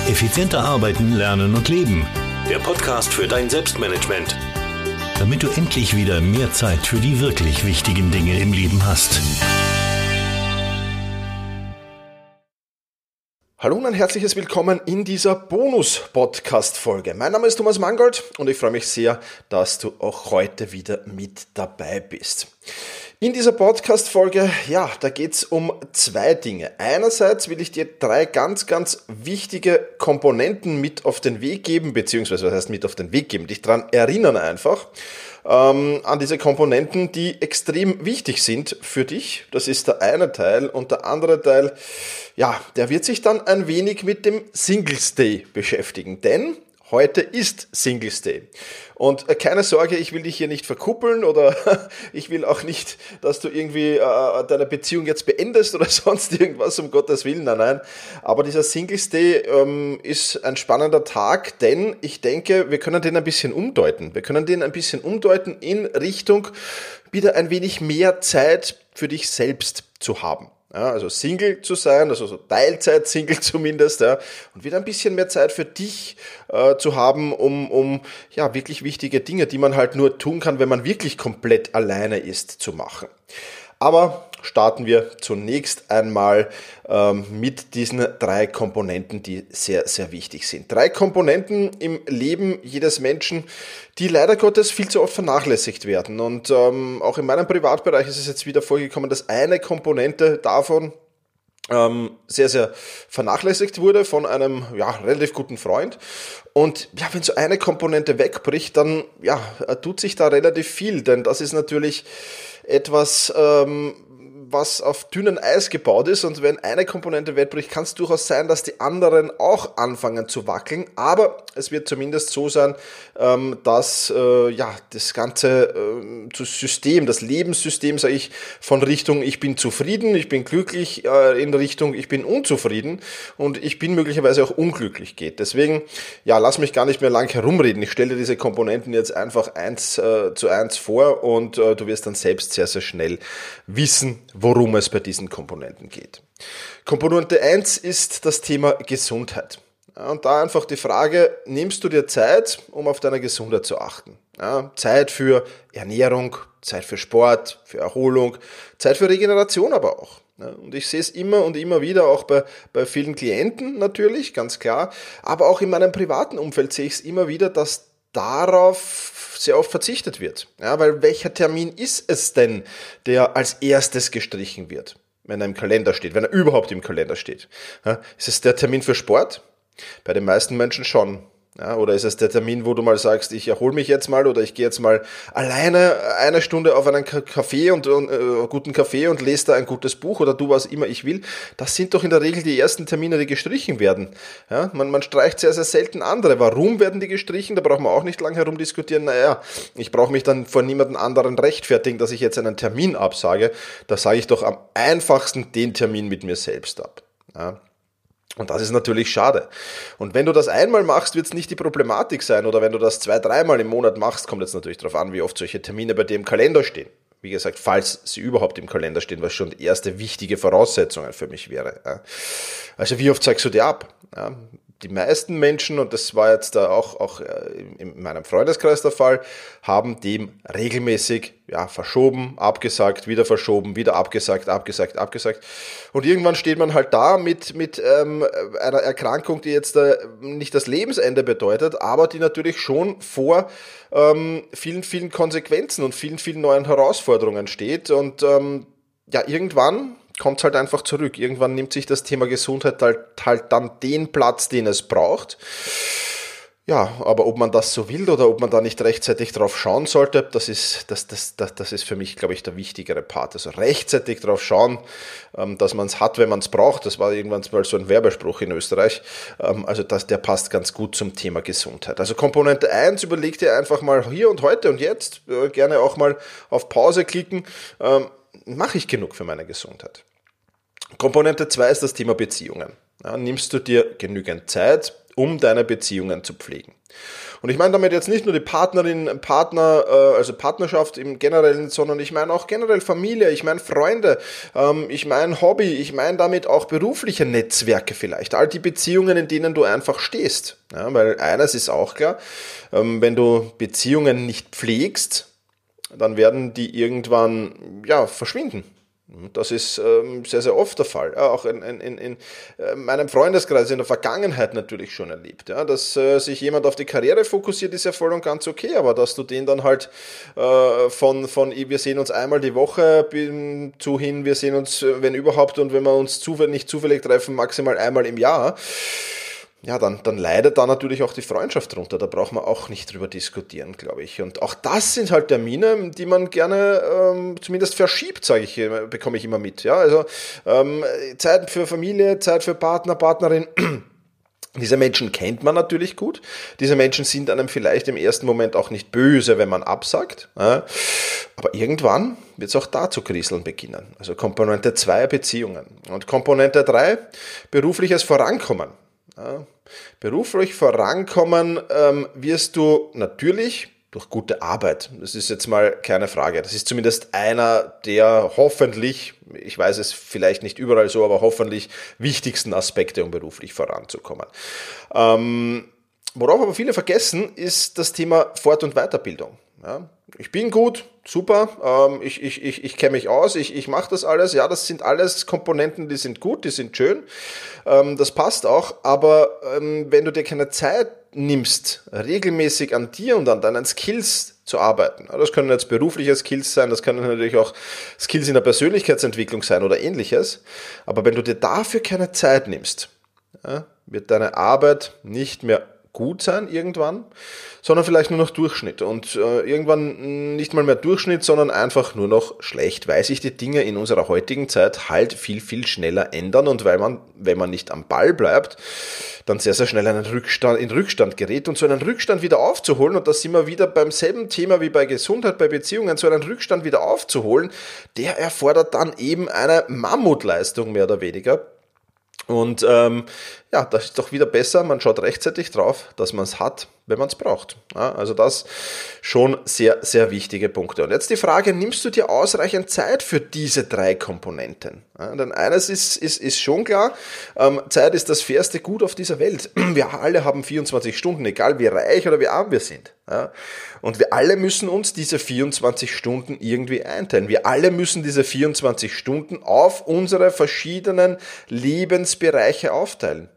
Effizienter arbeiten, lernen und leben. Der Podcast für dein Selbstmanagement. Damit du endlich wieder mehr Zeit für die wirklich wichtigen Dinge im Leben hast. Hallo und ein herzliches Willkommen in dieser Bonus-Podcast-Folge. Mein Name ist Thomas Mangold und ich freue mich sehr, dass du auch heute wieder mit dabei bist. In dieser Podcast-Folge, da geht es um zwei Dinge. Einerseits will ich dir drei ganz wichtige Komponenten mit auf den Weg geben, beziehungsweise was heißt mit auf den Weg geben, dich daran erinnern einfach, an diese Komponenten, die extrem wichtig sind für dich. Das ist der eine Teil und der andere Teil, der wird sich dann ein wenig mit dem Singles Day beschäftigen, denn heute ist Singles Day. Und keine Sorge, ich will dich hier nicht verkuppeln oder ich will auch nicht, dass du irgendwie deine Beziehung jetzt beendest oder sonst irgendwas, um Gottes Willen, nein. Aber dieser Singles Day ist ein spannender Tag, denn ich denke, wir können den ein bisschen umdeuten. Wir können den ein bisschen umdeuten in Richtung wieder ein wenig mehr Zeit für dich selbst zu haben. Ja, also Single zu sein, also so Teilzeit-Single zumindest, und wieder ein bisschen mehr Zeit für dich zu haben, um wirklich wichtige Dinge, die man halt nur tun kann, wenn man wirklich komplett alleine ist, zu machen. Aber starten wir zunächst einmal mit diesen drei Komponenten, die sehr, sehr wichtig sind. Drei Komponenten im Leben jedes Menschen, die leider Gottes viel zu oft vernachlässigt werden. Und auch in meinem Privatbereich ist es jetzt wieder vorgekommen, dass eine Komponente davon sehr, sehr vernachlässigt wurde von einem relativ guten Freund. Und wenn so eine Komponente wegbricht, dann tut sich da relativ viel, denn das ist natürlich etwas, was auf dünnem Eis gebaut ist, und wenn eine Komponente wegbricht, kann es durchaus sein, dass die anderen auch anfangen zu wackeln, aber es wird zumindest so sein, dass das ganze System, das Lebenssystem, sage ich, von Richtung ich bin zufrieden, ich bin glücklich, in Richtung ich bin unzufrieden und ich bin möglicherweise auch unglücklich geht. Deswegen, lass mich gar nicht mehr lang herumreden. Ich stelle dir diese Komponenten jetzt einfach 1:1 vor und du wirst dann selbst sehr, sehr schnell wissen, worum es bei diesen Komponenten geht. Komponente 1 ist das Thema Gesundheit. Und da einfach die Frage, nimmst du dir Zeit, um auf deine Gesundheit zu achten? Zeit für Ernährung, Zeit für Sport, für Erholung, Zeit für Regeneration aber auch. Und ich sehe es immer und immer wieder, auch bei vielen Klienten natürlich, ganz klar, aber auch in meinem privaten Umfeld sehe ich es immer wieder, dass darauf sehr oft verzichtet wird. Weil welcher Termin ist es denn, der als erstes gestrichen wird, wenn er im Kalender steht, wenn er überhaupt im Kalender steht? Ist es der Termin für Sport? Bei den meisten Menschen schon. Oder ist es der Termin, wo du mal sagst, ich erhole mich jetzt mal oder ich gehe jetzt mal alleine eine Stunde auf einen Café und guten Kaffee und lese da ein gutes Buch oder tu was immer ich will. Das sind doch in der Regel die ersten Termine, die gestrichen werden. Man streicht sehr, sehr selten andere. Warum werden die gestrichen? Da braucht man auch nicht lange herumdiskutieren. Ich brauche mich dann vor niemandem anderen rechtfertigen, dass ich jetzt einen Termin absage. Da sage ich doch am einfachsten den Termin mit mir selbst ab. Und das ist natürlich schade. Und wenn du das einmal machst, wird es nicht die Problematik sein. Oder wenn du das 2-3 Mal im Monat machst, kommt jetzt natürlich darauf an, wie oft solche Termine bei dir im Kalender stehen. Wie gesagt, falls sie überhaupt im Kalender stehen, was schon die erste wichtige Voraussetzung für mich wäre. Also wie oft sagst du dir ab? Die meisten Menschen, und das war jetzt da auch in meinem Freundeskreis der Fall, haben dem regelmäßig verschoben, abgesagt, wieder verschoben, wieder abgesagt. Und irgendwann steht man halt da mit einer Erkrankung, die jetzt nicht das Lebensende bedeutet, aber die natürlich schon vor vielen, vielen Konsequenzen und vielen, vielen neuen Herausforderungen steht. Und irgendwann kommt es halt einfach zurück. Irgendwann nimmt sich das Thema Gesundheit halt dann den Platz, den es braucht. Aber ob man das so will oder ob man da nicht rechtzeitig drauf schauen sollte, das ist für mich, glaube ich, der wichtigere Part. Also rechtzeitig drauf schauen, dass man es hat, wenn man es braucht. Das war irgendwann mal so ein Werbespruch in Österreich. Der passt ganz gut zum Thema Gesundheit. Also Komponente 1, überleg dir einfach mal hier und heute und jetzt, gerne auch mal auf Pause klicken. Mache ich genug für meine Gesundheit? Komponente 2 ist das Thema Beziehungen. Ja, nimmst du dir genügend Zeit, um deine Beziehungen zu pflegen? Und ich meine damit jetzt nicht nur die Partnerin, Partner, also Partnerschaft im Generellen, sondern ich meine auch generell Familie, ich meine Freunde, ich meine Hobby, ich meine damit auch berufliche Netzwerke vielleicht, all die Beziehungen, in denen du einfach stehst. Ja, weil eines ist auch klar, wenn du Beziehungen nicht pflegst, dann werden die irgendwann verschwinden. Das ist sehr, sehr oft der Fall. Auch in meinem Freundeskreis in der Vergangenheit natürlich schon erlebt. Ja, dass sich jemand auf die Karriere fokussiert, ist ja voll und ganz okay, aber dass du den dann halt von wir sehen uns einmal die Woche zu hin, wir sehen uns, wenn überhaupt, und wenn wir uns nicht zufällig treffen, maximal einmal im Jahr, ja, dann leidet da natürlich auch die Freundschaft drunter. Da braucht man auch nicht drüber diskutieren, glaube ich. Und auch das sind halt Termine, die man gerne zumindest verschiebt, bekomme ich immer mit. Ja, also Zeit für Familie, Zeit für Partner, Partnerin. Diese Menschen kennt man natürlich gut. Diese Menschen sind einem vielleicht im ersten Moment auch nicht böse, wenn man absagt. Ja. Aber irgendwann wird es auch da zu kriseln beginnen. Also Komponente 2, Beziehungen. Und Komponente 3, berufliches Vorankommen. Ja, beruflich vorankommen wirst du natürlich durch gute Arbeit. Das ist jetzt mal keine Frage. Das ist zumindest einer der hoffentlich, ich weiß es vielleicht nicht überall so, aber hoffentlich wichtigsten Aspekte, um beruflich voranzukommen. Worauf aber viele vergessen, ist das Thema Fort- und Weiterbildung. Ja, ich bin gut, super, ich kenne mich aus, ich mache das alles, ja, das sind alles Komponenten, die sind gut, die sind schön, das passt auch, aber wenn du dir keine Zeit nimmst, regelmäßig an dir und an deinen Skills zu arbeiten, das können jetzt berufliche Skills sein, das können natürlich auch Skills in der Persönlichkeitsentwicklung sein oder ähnliches, aber wenn du dir dafür keine Zeit nimmst, ja, wird deine Arbeit nicht mehr gut sein irgendwann, sondern vielleicht nur noch Durchschnitt und irgendwann nicht mal mehr Durchschnitt, sondern einfach nur noch schlecht, weil sich die Dinge in unserer heutigen Zeit halt viel, viel schneller ändern und weil man, wenn man nicht am Ball bleibt, dann sehr, sehr schnell in Rückstand gerät und so einen Rückstand wieder aufzuholen, und da sind wir wieder beim selben Thema wie bei Gesundheit, bei Beziehungen, so einen Rückstand wieder aufzuholen, der erfordert dann eben eine Mammutleistung mehr oder weniger. Und das ist doch wieder besser, man schaut rechtzeitig drauf, dass man es hat, wenn man es braucht. Ja, also das schon sehr, sehr wichtige Punkte. Und jetzt die Frage, nimmst du dir ausreichend Zeit für diese 3 Komponenten? Ja, denn eines ist schon klar, Zeit ist das fairste Gut auf dieser Welt. Wir alle haben 24 Stunden, egal wie reich oder wie arm wir sind. Ja, und wir alle müssen uns diese 24 Stunden irgendwie einteilen. Wir alle müssen diese 24 Stunden auf unsere verschiedenen Lebensbereiche aufteilen.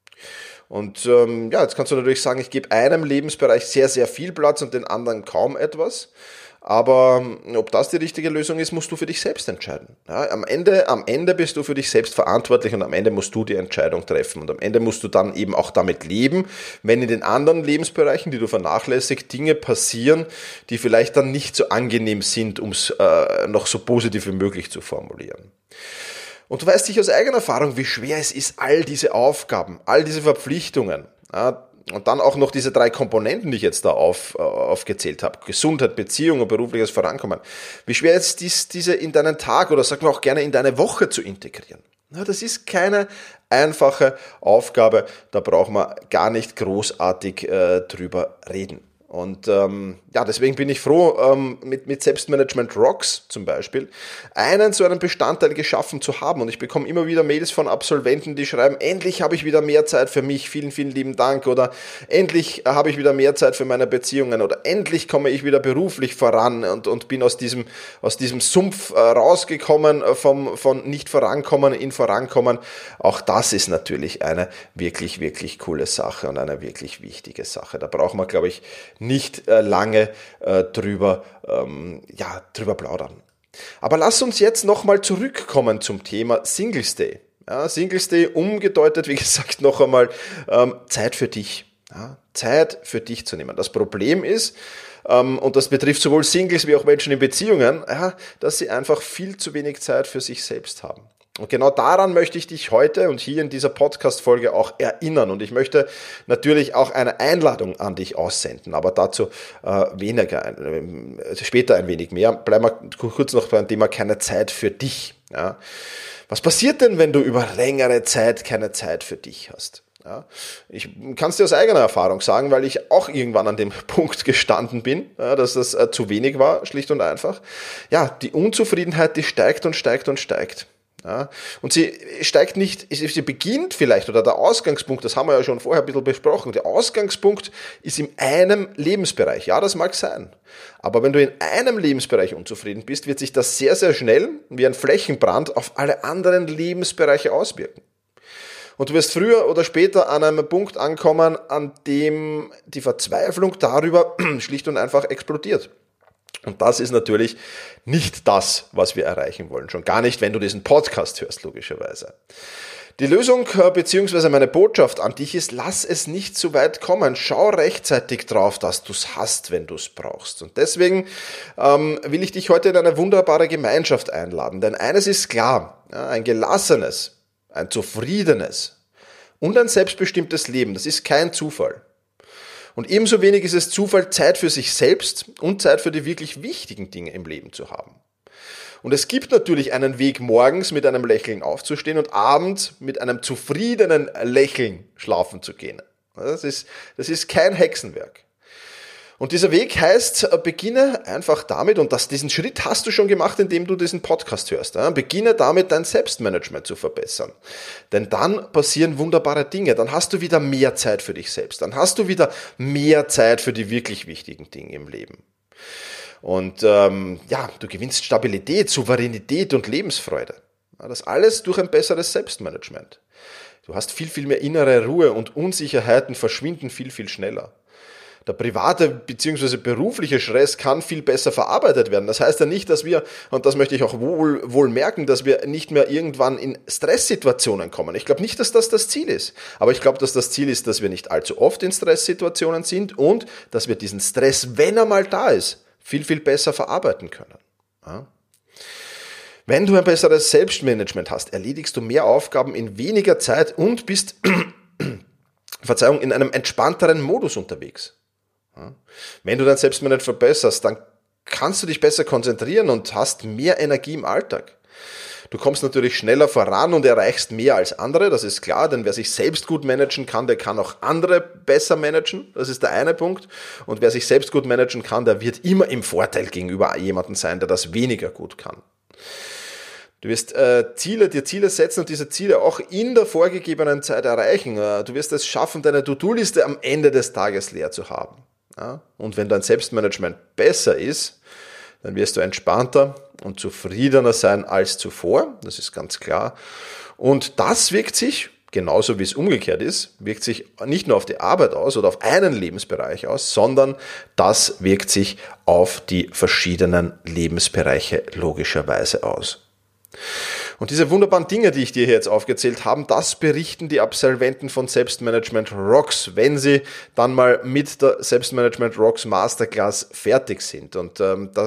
Und jetzt kannst du natürlich sagen, ich gebe einem Lebensbereich sehr, sehr viel Platz und den anderen kaum etwas. Aber ob das die richtige Lösung ist, musst du für dich selbst entscheiden. Ja, am Ende bist du für dich selbst verantwortlich und am Ende musst du die Entscheidung treffen. Und am Ende musst du dann eben auch damit leben, wenn in den anderen Lebensbereichen, die du vernachlässigst, Dinge passieren, die vielleicht dann nicht so angenehm sind, um es noch so positiv wie möglich zu formulieren. Und du weißt sicher aus eigener Erfahrung, wie schwer es ist, all diese Aufgaben, all diese Verpflichtungen, ja, und dann auch noch diese 3 Komponenten, die ich jetzt da aufgezählt habe, Gesundheit, Beziehung und berufliches Vorankommen, wie schwer ist diese in deinen Tag oder sagen wir auch gerne in deine Woche zu integrieren. Ja, das ist keine einfache Aufgabe, da braucht man gar nicht großartig drüber reden. Und deswegen bin ich froh, mit Selbstmanagement Rocks zum Beispiel so einen Bestandteil geschaffen zu haben. Und ich bekomme immer wieder Mails von Absolventen, die schreiben, endlich habe ich wieder mehr Zeit für mich, vielen, vielen lieben Dank. Oder endlich habe ich wieder mehr Zeit für meine Beziehungen. Oder endlich komme ich wieder beruflich voran und bin aus diesem Sumpf rausgekommen, von nicht vorankommen in vorankommen. Auch das ist natürlich eine wirklich, wirklich coole Sache und eine wirklich wichtige Sache. Da braucht man, glaube ich, nicht lange drüber plaudern. Aber lass uns jetzt nochmal zurückkommen zum Thema Singles Day. Ja, Singles Day umgedeutet, wie gesagt, noch einmal Zeit für dich. Ja, Zeit für dich zu nehmen. Das Problem ist, und das betrifft sowohl Singles wie auch Menschen in Beziehungen, dass sie einfach viel zu wenig Zeit für sich selbst haben. Und genau daran möchte ich dich heute und hier in dieser Podcast-Folge auch erinnern. Und ich möchte natürlich auch eine Einladung an dich aussenden, aber dazu später ein wenig mehr. Bleiben wir kurz noch beim Thema keine Zeit für dich. Ja. Was passiert denn, wenn du über längere Zeit keine Zeit für dich hast? Ja, ich kann es dir aus eigener Erfahrung sagen, weil ich auch irgendwann an dem Punkt gestanden bin, dass das zu wenig war, schlicht und einfach. Ja, die Unzufriedenheit, die steigt und steigt und steigt. Ja, und sie steigt nicht, sie beginnt vielleicht, oder der Ausgangspunkt, das haben wir ja schon vorher ein bisschen besprochen, der Ausgangspunkt ist in einem Lebensbereich. Ja, das mag sein. Aber wenn du in einem Lebensbereich unzufrieden bist, wird sich das sehr, sehr schnell wie ein Flächenbrand auf alle anderen Lebensbereiche auswirken. Und du wirst früher oder später an einem Punkt ankommen, an dem die Verzweiflung darüber schlicht und einfach explodiert. Und das ist natürlich nicht das, was wir erreichen wollen. Schon gar nicht, wenn du diesen Podcast hörst, logischerweise. Die Lösung bzw. meine Botschaft an dich ist, lass es nicht zu weit kommen. Schau rechtzeitig drauf, dass du es hast, wenn du es brauchst. Und deswegen will ich dich heute in eine wunderbare Gemeinschaft einladen. Denn eines ist klar, ja, ein gelassenes, ein zufriedenes und ein selbstbestimmtes Leben, das ist kein Zufall. Und ebenso wenig ist es Zufall, Zeit für sich selbst und Zeit für die wirklich wichtigen Dinge im Leben zu haben. Und es gibt natürlich einen Weg, morgens mit einem Lächeln aufzustehen und abends mit einem zufriedenen Lächeln schlafen zu gehen. Das ist kein Hexenwerk. Und dieser Weg heißt, beginne einfach damit, und diesen Schritt hast du schon gemacht, indem du diesen Podcast hörst, beginne damit, dein Selbstmanagement zu verbessern. Denn dann passieren wunderbare Dinge, dann hast du wieder mehr Zeit für dich selbst, dann hast du wieder mehr Zeit für die wirklich wichtigen Dinge im Leben. Und du gewinnst Stabilität, Souveränität und Lebensfreude. Das alles durch ein besseres Selbstmanagement. Du hast viel, viel mehr innere Ruhe und Unsicherheiten verschwinden viel, viel schneller. Der private bzw. berufliche Stress kann viel besser verarbeitet werden. Das heißt ja nicht, dass wir, und das möchte ich auch wohl merken, dass wir nicht mehr irgendwann in Stresssituationen kommen. Ich glaube nicht, dass das das Ziel ist. Aber ich glaube, dass das Ziel ist, dass wir nicht allzu oft in Stresssituationen sind und dass wir diesen Stress, wenn er mal da ist, viel, viel besser verarbeiten können. Ja? Wenn du ein besseres Selbstmanagement hast, erledigst du mehr Aufgaben in weniger Zeit und bist in einem entspannteren Modus unterwegs. Wenn du dein Selbstmanagement verbesserst, dann kannst du dich besser konzentrieren und hast mehr Energie im Alltag. Du kommst natürlich schneller voran und erreichst mehr als andere, das ist klar, denn wer sich selbst gut managen kann, der kann auch andere besser managen, das ist der eine Punkt. Und wer sich selbst gut managen kann, der wird immer im Vorteil gegenüber jemandem sein, der das weniger gut kann. Du wirst dir Ziele setzen und diese Ziele auch in der vorgegebenen Zeit erreichen. Du wirst es schaffen, deine To-Do-Liste am Ende des Tages leer zu haben. Ja? Und wenn dein Selbstmanagement besser ist, dann wirst du entspannter und zufriedener sein als zuvor. Das ist ganz klar. Und das wirkt sich, genauso wie es umgekehrt ist, wirkt sich nicht nur auf die Arbeit aus oder auf einen Lebensbereich aus, sondern das wirkt sich auf die verschiedenen Lebensbereiche logischerweise aus. Und diese wunderbaren Dinge, die ich dir hier jetzt aufgezählt habe, das berichten die Absolventen von Selbstmanagement Rocks, wenn sie dann mal mit der Selbstmanagement Rocks Masterclass fertig sind. Und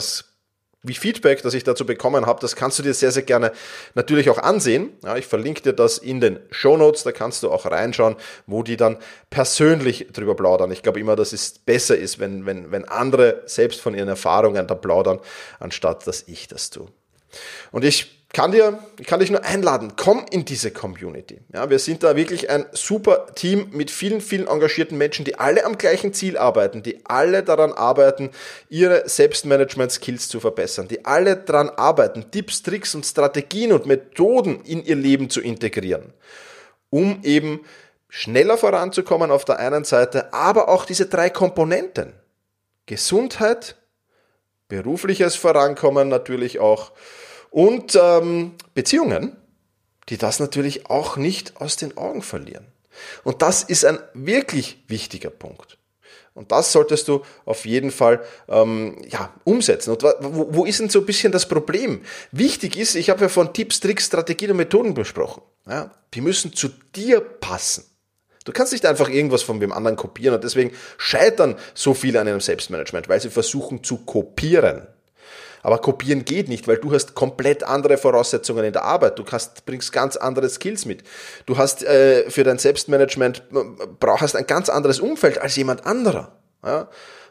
wie Feedback, das ich dazu bekommen habe, das kannst du dir sehr, sehr gerne natürlich auch ansehen. Ja, ich verlinke dir das in den Shownotes, da kannst du auch reinschauen, wo die dann persönlich drüber plaudern. Ich glaube immer, dass es besser ist, wenn andere selbst von ihren Erfahrungen da plaudern, anstatt dass ich das tue. Und ich kann dich nur einladen, komm in diese Community. Ja, wir sind da wirklich ein super Team mit vielen, vielen engagierten Menschen, die alle am gleichen Ziel arbeiten, die alle daran arbeiten, ihre Selbstmanagement-Skills zu verbessern, die alle daran arbeiten, Tipps, Tricks und Strategien und Methoden in ihr Leben zu integrieren, um eben schneller voranzukommen auf der einen Seite, aber auch diese 3 Komponenten, Gesundheit, berufliches Vorankommen natürlich auch, und Beziehungen, die das natürlich auch nicht aus den Augen verlieren. Und das ist ein wirklich wichtiger Punkt. Und das solltest du auf jeden Fall umsetzen. Und wo ist denn so ein bisschen das Problem? Wichtig ist, ich habe ja von Tipps, Tricks, Strategien und Methoden besprochen. Ja, die müssen zu dir passen. Du kannst nicht einfach irgendwas von wem anderen kopieren und deswegen scheitern so viele an ihrem Selbstmanagement, weil sie versuchen zu kopieren. Aber kopieren geht nicht, weil du hast komplett andere Voraussetzungen in der Arbeit. Du bringst ganz andere Skills mit. Du hast für dein Selbstmanagement brauchst ein ganz anderes Umfeld als jemand anderer. Ja?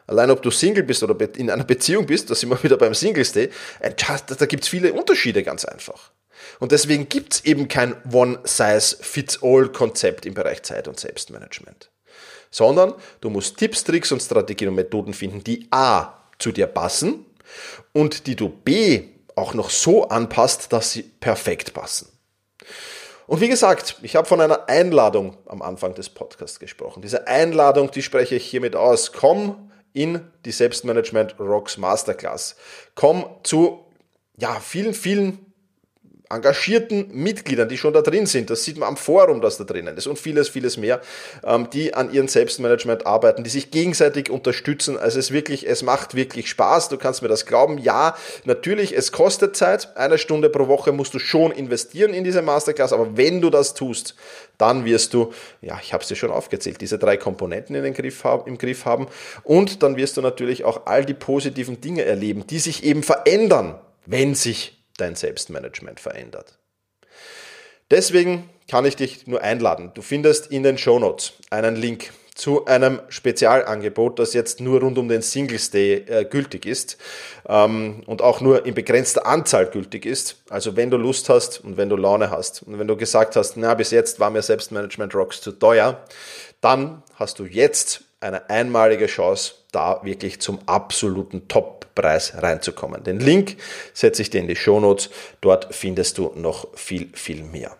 Allein ob du Single bist oder in einer Beziehung bist, da sind wir wieder beim Singles Day, da gibt es viele Unterschiede ganz einfach. Und deswegen gibt es eben kein One-Size-Fits-All-Konzept im Bereich Zeit- und Selbstmanagement. Sondern du musst Tipps, Tricks und Strategien und Methoden finden, die A, zu dir passen und die du B, auch noch so anpasst, dass sie perfekt passen. Und wie gesagt, ich habe von einer Einladung am Anfang des Podcasts gesprochen. Diese Einladung, die spreche ich hiermit aus. Komm in die Selbstmanagement Rocks Masterclass. Komm zu vielen engagierten Mitgliedern, die schon da drin sind. Das sieht man am Forum, das da drinnen ist und vieles mehr, die an ihrem Selbstmanagement arbeiten, die sich gegenseitig unterstützen. Also es macht wirklich Spaß. Du kannst mir das glauben. Ja, natürlich, es kostet Zeit. 1 Stunde pro Woche musst du schon investieren in diese Masterclass. Aber wenn du das tust, dann wirst du, ich habe es dir schon aufgezählt, diese 3 Komponenten im Griff haben. Und dann wirst du natürlich auch all die positiven Dinge erleben, die sich eben verändern, wenn sich dein Selbstmanagement verändert. Deswegen kann ich dich nur einladen. Du findest in den Shownotes einen Link zu einem Spezialangebot, das jetzt nur rund um den Singles Day gültig ist und auch nur in begrenzter Anzahl gültig ist. Also wenn du Lust hast und wenn du Laune hast und wenn du gesagt hast, bis jetzt war mir Selbstmanagement Rocks zu teuer, dann hast du jetzt eine einmalige Chance, da wirklich zum absoluten Top-Preis reinzukommen. Den Link setze ich dir in die Shownotes. Dort findest du noch viel mehr.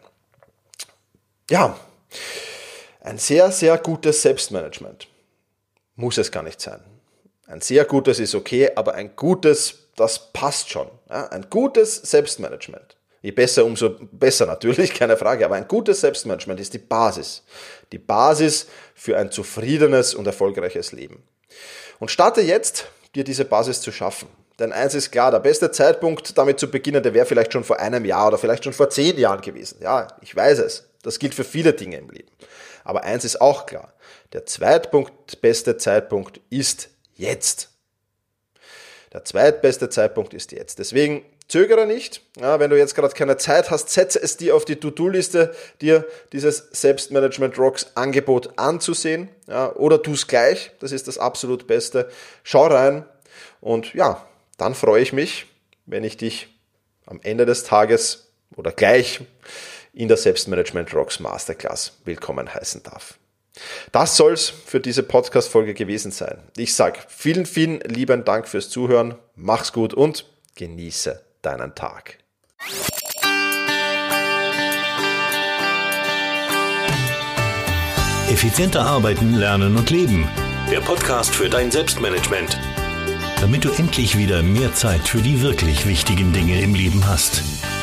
Ja, ein sehr, sehr gutes Selbstmanagement muss es gar nicht sein. Ein sehr gutes ist okay, aber ein gutes, das passt schon. Ja, ein gutes Selbstmanagement. Je besser, umso besser natürlich, keine Frage. Aber ein gutes Selbstmanagement ist die Basis. Die Basis für ein zufriedenes und erfolgreiches Leben. Und starte jetzt, dir diese Basis zu schaffen. Denn eins ist klar, der beste Zeitpunkt, damit zu beginnen, der wäre vielleicht schon vor einem Jahr oder vielleicht schon vor 10 Jahren gewesen. Ja, ich weiß es. Das gilt für viele Dinge im Leben. Aber eins ist auch klar. Der zweitbeste Zeitpunkt ist jetzt. Der zweitbeste Zeitpunkt ist jetzt. Deswegen zögere nicht. Ja, wenn du jetzt gerade keine Zeit hast, setze es dir auf die To-Do-Liste, dir dieses Selbstmanagement Rocks Angebot anzusehen. Ja, oder tu es gleich. Das ist das absolut Beste. Schau rein und dann freue ich mich, wenn ich dich am Ende des Tages oder gleich in der Selbstmanagement Rocks Masterclass willkommen heißen darf. Das soll's für diese Podcast-Folge gewesen sein. Ich sage vielen lieben Dank fürs Zuhören. Mach's gut und genieße deinen Tag. Effizienter arbeiten, lernen und leben. Der Podcast für dein Selbstmanagement. Damit du endlich wieder mehr Zeit für die wirklich wichtigen Dinge im Leben hast.